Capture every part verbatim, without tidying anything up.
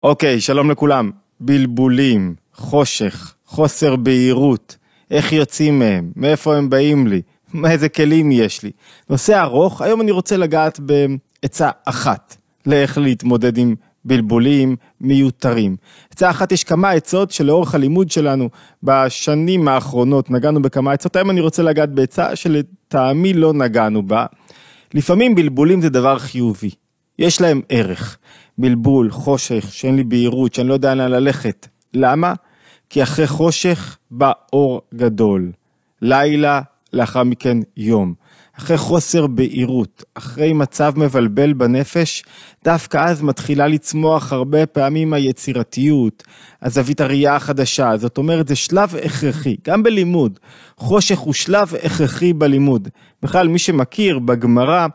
אוקיי, שלום לכולם. בלבולים, חושך, חוסר בהירות, איך יוצאים מהם, מאיפה הם באים לי, איזה כלים יש לי. נושא ארוך, היום אני רוצה לגעת בעצה אחת, לאיך להתמודד עם בלבולים מיותרים. עצה אחת, יש כמה עצות שלאורך הלימוד שלנו בשנים האחרונות נגענו בכמה עצות, היום אני רוצה לגעת בעצה שלטעמי לא נגענו בה. לפעמים בלבולים זה דבר חיובי, יש להם ערך. בלבול, חושך, שאין לי בהירות, שאני לא יודע לאן ללכת. למה? כי אחרי חושך בא אור גדול. לילה, לאחר מכן יום. אחרי חוסר בהירות, אחרי מצב מבלבל בנפש, דווקא אז מתחילה לצמוח הרבה פעמים היצירתיות, הזווית הראייה החדשה. זאת אומרת, זה שלב הכרחי, גם בלימוד. חושך הוא שלב הכרחי בלימוד. בכלל, מי שמכיר בגמרא,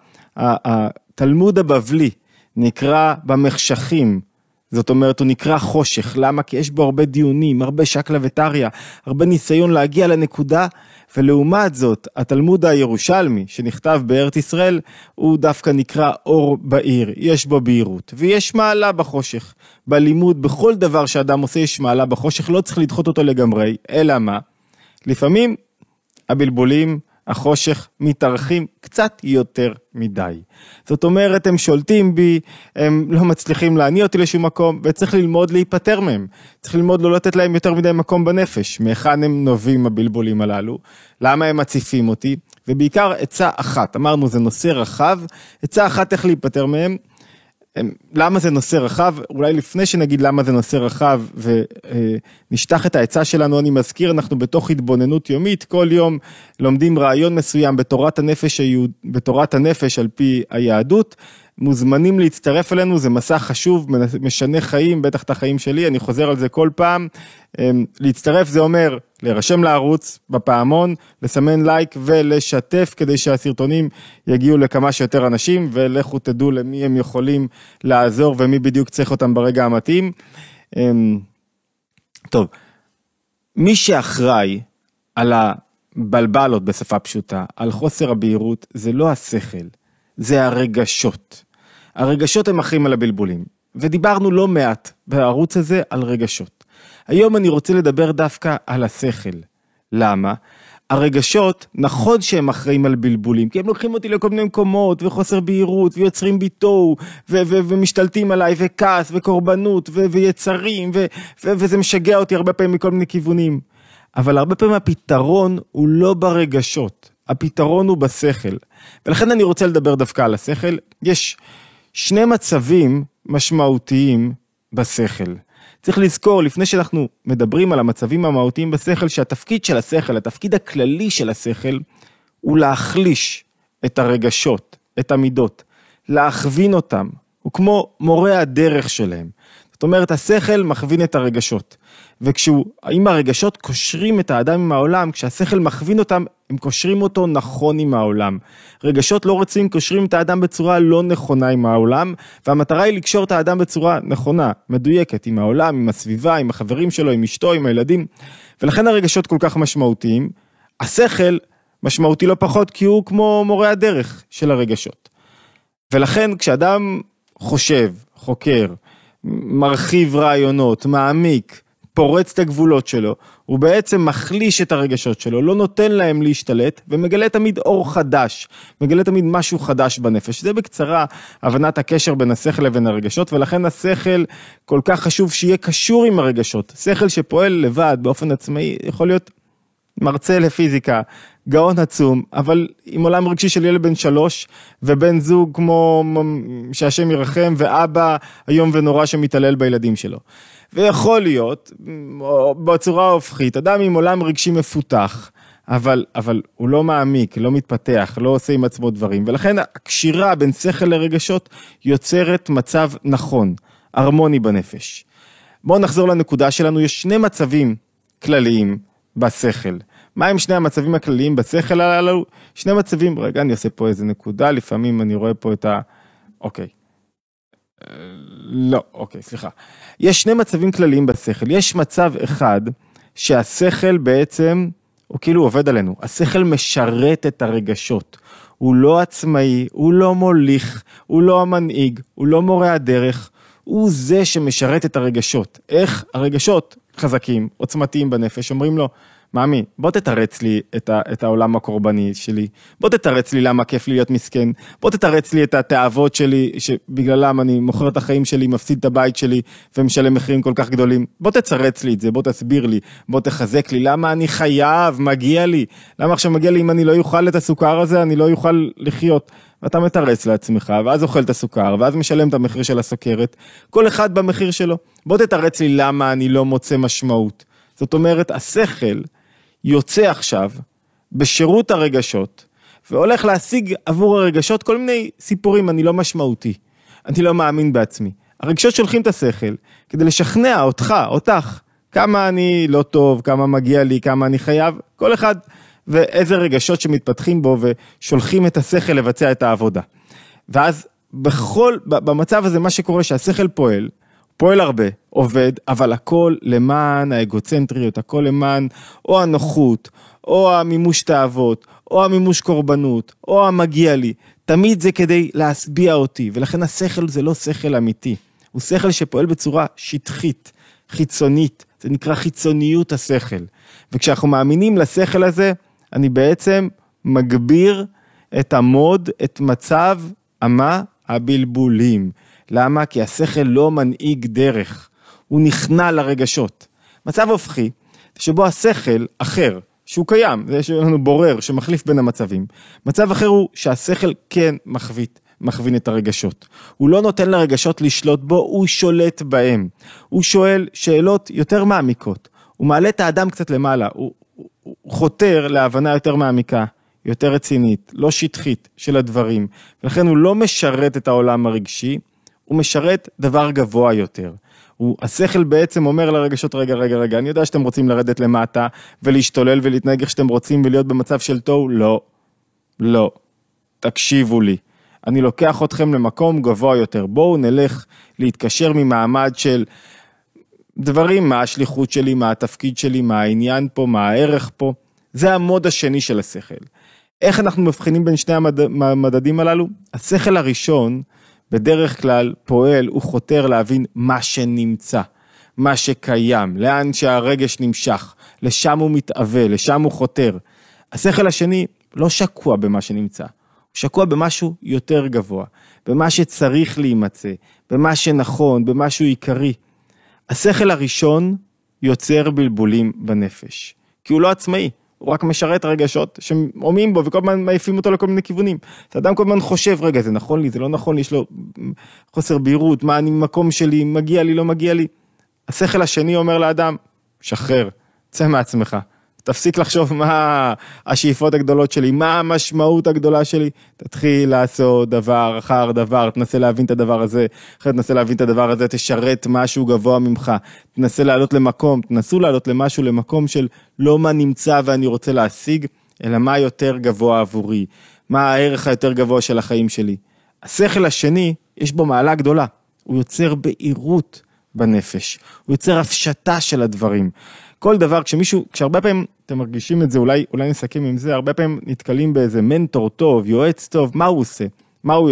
התלמוד הבבלי, נקרא במחשכים, זאת אומרת הוא נקרא חושך, למה? כי יש בו הרבה דיונים, הרבה שקלה וטריה, הרבה ניסיון להגיע לנקודה, ולעומת זאת התלמוד הירושלמי שנכתב בארץ ישראל, הוא דווקא נקרא אור בעיר, יש בו בהירות, ויש מעלה בחושך, בלימוד, בכל דבר שאדם עושה יש מעלה בחושך, לא צריך לדחות אותו לגמרי, אלא מה? לפעמים הבלבולים, החושך מתארחים קצת יותר מדי. זאת אומרת, הם שולטים בי, הם לא מצליחים להניע אותי לשום מקום, וצריך ללמוד להיפטר מהם. צריך ללמוד לא לתת להם יותר מדי מקום בנפש. מאחד הם נובעים הבלבולים הללו, למה הם מציפים אותי, ובעיקר עצה אחת. אמרנו, זה נושא רחב, עצה אחת איך להיפטר מהם. למה זה נושא רחב? אולי לפני שנגיד למה זה נושא רחב ונשטח את העצה שלנו, אני מזכיר, אנחנו בתוך התבוננות יומית, כל יום לומדים רעיון מסוים בתורת הנפש, בתורת הנפש על פי היהדות, מוזמנים להצטרף אלינו, זה מסע חשוב, משנה חיים, בטח את החיים שלי, אני חוזר על זה כל פעם. להצטרף זה אומר להירשם לערוץ בפעמון, לסמן לייק ולשתף כדי שהסרטונים יגיעו לכמה שיותר אנשים, ולכו תדעו למי הם יכולים לעזור ומי בדיוק צריך אותם ברגע המתאים. טוב, מי שאחראי על הבלבלות בשפה פשוטה, על חוסר הבהירות, זה לא השכל, זה הרגשות. הרגשות הם אחראים על הבלבולים, ודיברנו לא מעט בערוץ הזה על רגשות. היום אני רוצה לדבר דווקא על השכל. למה? הרגשות, נכון שהם אחראים על בלבולים, כי הם לוקחים אותי לכל מיני מקומות, וחוסר בהירות, ויוצרים ביטו, ו- ו- ומשתלטים עליי, וכעס, וקורבנות, ו- ויצרים, ו- ו- וזה משגע אותי הרבה פעמים מכל מיני כיוונים. אבל הרבה פעמים הפתרון הוא לא ברגשות, הפתרון הוא בשכל. ולכן אני רוצה לדבר דווקא על השכל. יש שני מצבים משמעותיים בשכל. צריך לזכור, לפני שאנחנו מדברים על המצבים המהותיים בשכל, שהתפקיד של השכל, התפקיד הכללי של השכל, הוא להחליש את הרגשות, את המידות, להכווין אותם. הוא כמו מורה הדרך שלהם. זאת אומרת, השכל מכווין את הרגשות. וכשהוא, אם הרגשות קושרים את האדם עם העולם, כשהשכל מכווין אותם, הם קושרים אותו נכון עם העולם. רגשות לא רצויים קושרים את האדם בצורה לא נכונה עם העולם, והמטרה היא לקשור את האדם בצורה נכונה, מדויקת, עם העולם, עם הסביבה, עם החברים שלו, עם אשתו, עם הילדים. ולכן הרגשות כל כך משמעותיים. השכל משמעותי לא פחות, כי הוא כמו מורה הדרך של הרגשות. ולכן כשאדם חושב, חוקר, מרחיב רעיונות, מעמיק, פורץ את הגבולות שלו, הוא בעצם מחליש את הרגשות שלו, לא נותן להם להשתלט, ומגלה תמיד אור חדש, מגלה תמיד משהו חדש בנפש. זה בקצרה הבנת הקשר בין השכל לבין הרגשות, ולכן השכל כל כך חשוב שיהיה קשור עם הרגשות. שכל שפועל לבד באופן עצמאי, יכול להיות מרצה לפיזיקה, גאון עצום, אבל עם עולם רגשי של ילד בן שלוש, ובן זוג כמו שהשם ירחם, ואבא היום ונורא שמתעלל בילדים שלו. ויכול להיות, בצורה הופכית, אדם עם עולם רגשי מפותח, אבל, אבל הוא לא מעמיק, לא מתפתח, לא עושה עם עצמו דברים, ולכן הקשירה בין שכל לרגשות יוצרת מצב נכון, הרמוני בנפש. בואו נחזור לנקודה שלנו, יש שני מצבים כלליים בשכל. מה הם שני המצבים הכלליים בשכל הללו? שני מצבים, רגע, אני עושה פה איזה נקודה, לפעמים אני רואה פה את ה... אוקיי. לא, אוקיי, סליחה. יש שני מצבים כלליים בשכל. יש מצב אחד שהשכל בעצם, הוא כאילו עובד עלינו. השכל משרת את הרגשות. הוא לא עצמאי, הוא לא מוליך, הוא לא המנהיג, הוא לא מורה הדרך, הוא זה שמשרת את הרגשות. איך הרגשות חזקים, עוצמתיים בנפש, אומרים לו, מאמי, בוא תתרץ לי את, ה, את העולם הקורבני שלי, בוא תתרץ לי למה כיף לי להיות מסכן, בוא תתרץ לי את התאוות שלי, שבגללם אני מוכר את החיים שלי, מפסיד את הבית שלי, ומשלם מחירים כל כך גדולים, בוא תצרץ לי את זה, בוא תסביר לי, בוא תחזק לי, למה אני חייב, מגיע לי, למה עכשיו מגיע לי, אם אני לא יוכל את הסוכר הזה, אני לא יוכל לחיות, ואתה מתרץ לעצמך, ואז אוכל את הסוכר, ואז משלם את המחיר של הסוכרת, כל אחד במחיר שלו, בוא תתרץ לי למה אני לא מוצא משמעות, זאת אומרת, השכל יוצא עכשיו בשירות הרגשות, והולך להשיג עבור הרגשות כל מיני סיפורים, אני לא משמעותי, אני לא מאמין בעצמי. הרגשות שולחים את השכל, כדי לשכנע אותך, אותך, כמה אני לא טוב, כמה מגיע לי, כמה אני חייב, כל אחד, ואיזה רגשות שמתפתחים בו, ושולחים את השכל לבצע את העבודה. ואז בכל, במצב הזה, מה שקורה שהשכל פועל, פועל הרבה, עובד, אבל הכל למען האגוצנטריות, הכל למען או הנוחות, או המימוש תאוות, או המימוש קורבנות, או המגיע לי. תמיד זה כדי להסביע אותי, ולכן השכל זה לא שכל אמיתי. הוא שכל שפועל בצורה שטחית, חיצונית, זה נקרא חיצוניות השכל. וכשאנחנו מאמינים לשכל הזה, אני בעצם מגביר את המוד, את מצב המה הבלבולים. למה? כי השכל לא מנהיג דרך, הוא נכנע לרגשות. מצב הופכי, שבו השכל אחר, שהוא קיים, זה שיש לנו בורר שמחליף בין המצבים. מצב אחר הוא שהשכל כן מחווית, מכווין את הרגשות. הוא לא נותן לרגשות לשלוט בו, הוא שולט בהם. הוא שואל שאלות יותר מעמיקות. הוא מעלה את האדם קצת למעלה, הוא, הוא, הוא חותר להבנה יותר מעמיקה, יותר רצינית, לא שטחית של הדברים. ולכן הוא לא משרת את העולם הרגשי, הוא משרת דבר גבוה יותר. הוא, השכל בעצם אומר לרגשות, רגע, רגע, רגע, אני יודע שאתם רוצים לרדת למטה, ולהשתולל ולהתנהג איך שאתם רוצים, ולהיות במצב של תוהו, לא, לא, תקשיבו לי. אני לוקח אתכם למקום גבוה יותר, בואו נלך להתקשר ממעמד של דברים, מה השליחות שלי, מה התפקיד שלי, מה העניין פה, מה הערך פה, זה המוד השני של השכל. איך אנחנו מבחינים בין שני המדדים הללו? השכל הראשון, בדרך כלל פועל, הוא חותר להבין מה שנמצא, מה שקיים, לאן שהרגש נמשך, לשם הוא מתאווה, לשם הוא חותר. השכל השני לא שקוע במה שנמצא, הוא שקוע במשהו יותר גבוה, במה שצריך להימצא, במה שנכון, במשהו עיקרי. השכל הראשון יוצר בלבולים בנפש, כי הוא לא עצמאי. הוא רק משרת רגשות שעומים בו, וכל הזמן מעיפים אותו לכל מיני כיוונים. האדם כל הזמן חושב, רגע, זה נכון לי, זה לא נכון לי, יש לו חוסר בהירות, מה אני במקום שלי, מגיע לי, לא מגיע לי. השכל השני אומר לאדם, שחרר, צא מעצמך, תפסיק לחשוב מה השאיפות הגדולות שלי, מה המשמעות הגדולה שלי, תתחיל לעשות דבר אחר דבר, תנסה להבין את הדבר הזה, אחרי תנסה להבין את הדבר הזה, תשרת משהו גבוה ממך, תנסה לעלות למקום, תנסו לעלות למשהו למקום של לא מה נמצא ואני רוצה להשיג, אלא מה יותר גבוה עבורי, מה הערך היותר גבוה של החיים שלי. השכל השני, יש בו מעלה גדולה, הוא יוצר בהירות בנפש, הוא יוצר הפשטה של הדברים. כל דבר, כשמישהו, כשהרבה פעמים אתם מרגישים את זה, אולי, אולי נסכם עם זה, הרבה פעמים נתקלים באיזה מנטור טוב, יועץ טוב, מה הוא עושה? מה הוא,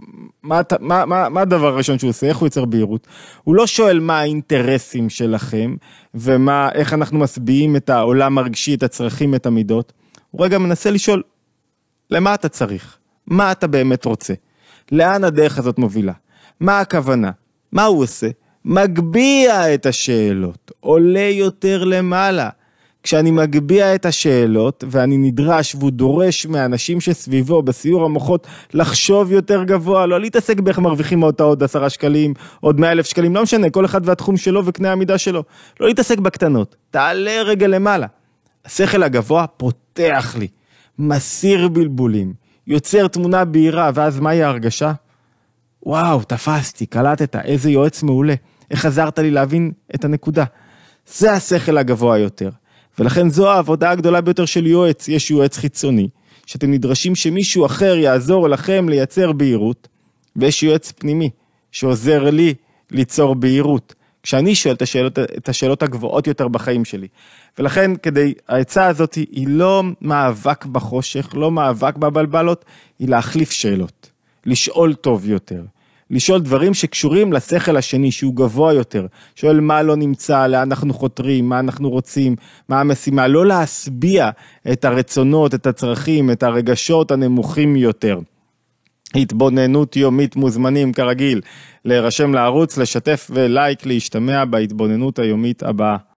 מה, מה, מה, מה הדבר הראשון שהוא עושה? איך הוא יוצר בהירות? הוא לא שואל מה האינטרסים שלכם, ומה, איך אנחנו מסביעים את העולם הרגשי, את הצרכים, את המידות. הוא רגע מנסה לשאול, למה אתה צריך? מה אתה באמת רוצה? לאן הדרך הזאת מובילה? מה הכוונה? מה הוא עושה? מגביע את השאלות, עולה יותר למעלה. כשאני מגביע את השאלות, ואני נדרש והוא דורש מהאנשים שסביבו בסיור המוחות לחשוב יותר גבוה, לא להתעסק באיך מרוויחים אותה עוד עשרה שקלים, עוד מאה אלף שקלים, לא משנה, כל אחד והתחום שלו וקנה המידה שלו. לא להתעסק בקטנות, תעלה רגע למעלה. השכל הגבוה פותח לי, מסיר בלבולים, יוצר תמונה בהירה, ואז מהי ההרגשה? וואו, תפסתי, קלטת, איזה יועץ מעולה. איך עזרת לי להבין את הנקודה. זה השכל הגבוה יותר. ולכן זו העבודה הגדולה ביותר של יועץ. יש יועץ חיצוני, שאתם נדרשים שמישהו אחר יעזור לכם לייצר בהירות, ויש יועץ פנימי, שעוזר לי ליצור בהירות. כשאני שואל את השאלות, את השאלות הגבוהות יותר בחיים שלי. ולכן כדי, העצה הזאת היא לא מאבק בחושך, לא מאבק בבלבלות, היא להחליף שאלות. לשאול טוב יותר, לשאול דברים שקשורים לשכל השני, שהוא גבוה יותר. שואל מה לא נמצא, לאן אנחנו חותרים, מה אנחנו רוצים, מה המשימה. לא להסביע את הרצונות, את הצרכים, את הרגשות הנמוכים יותר. התבוננות יומית, מוזמנים כרגיל להירשם לערוץ, לשתף ולייק, להשתמע בהתבוננות היומית הבאה.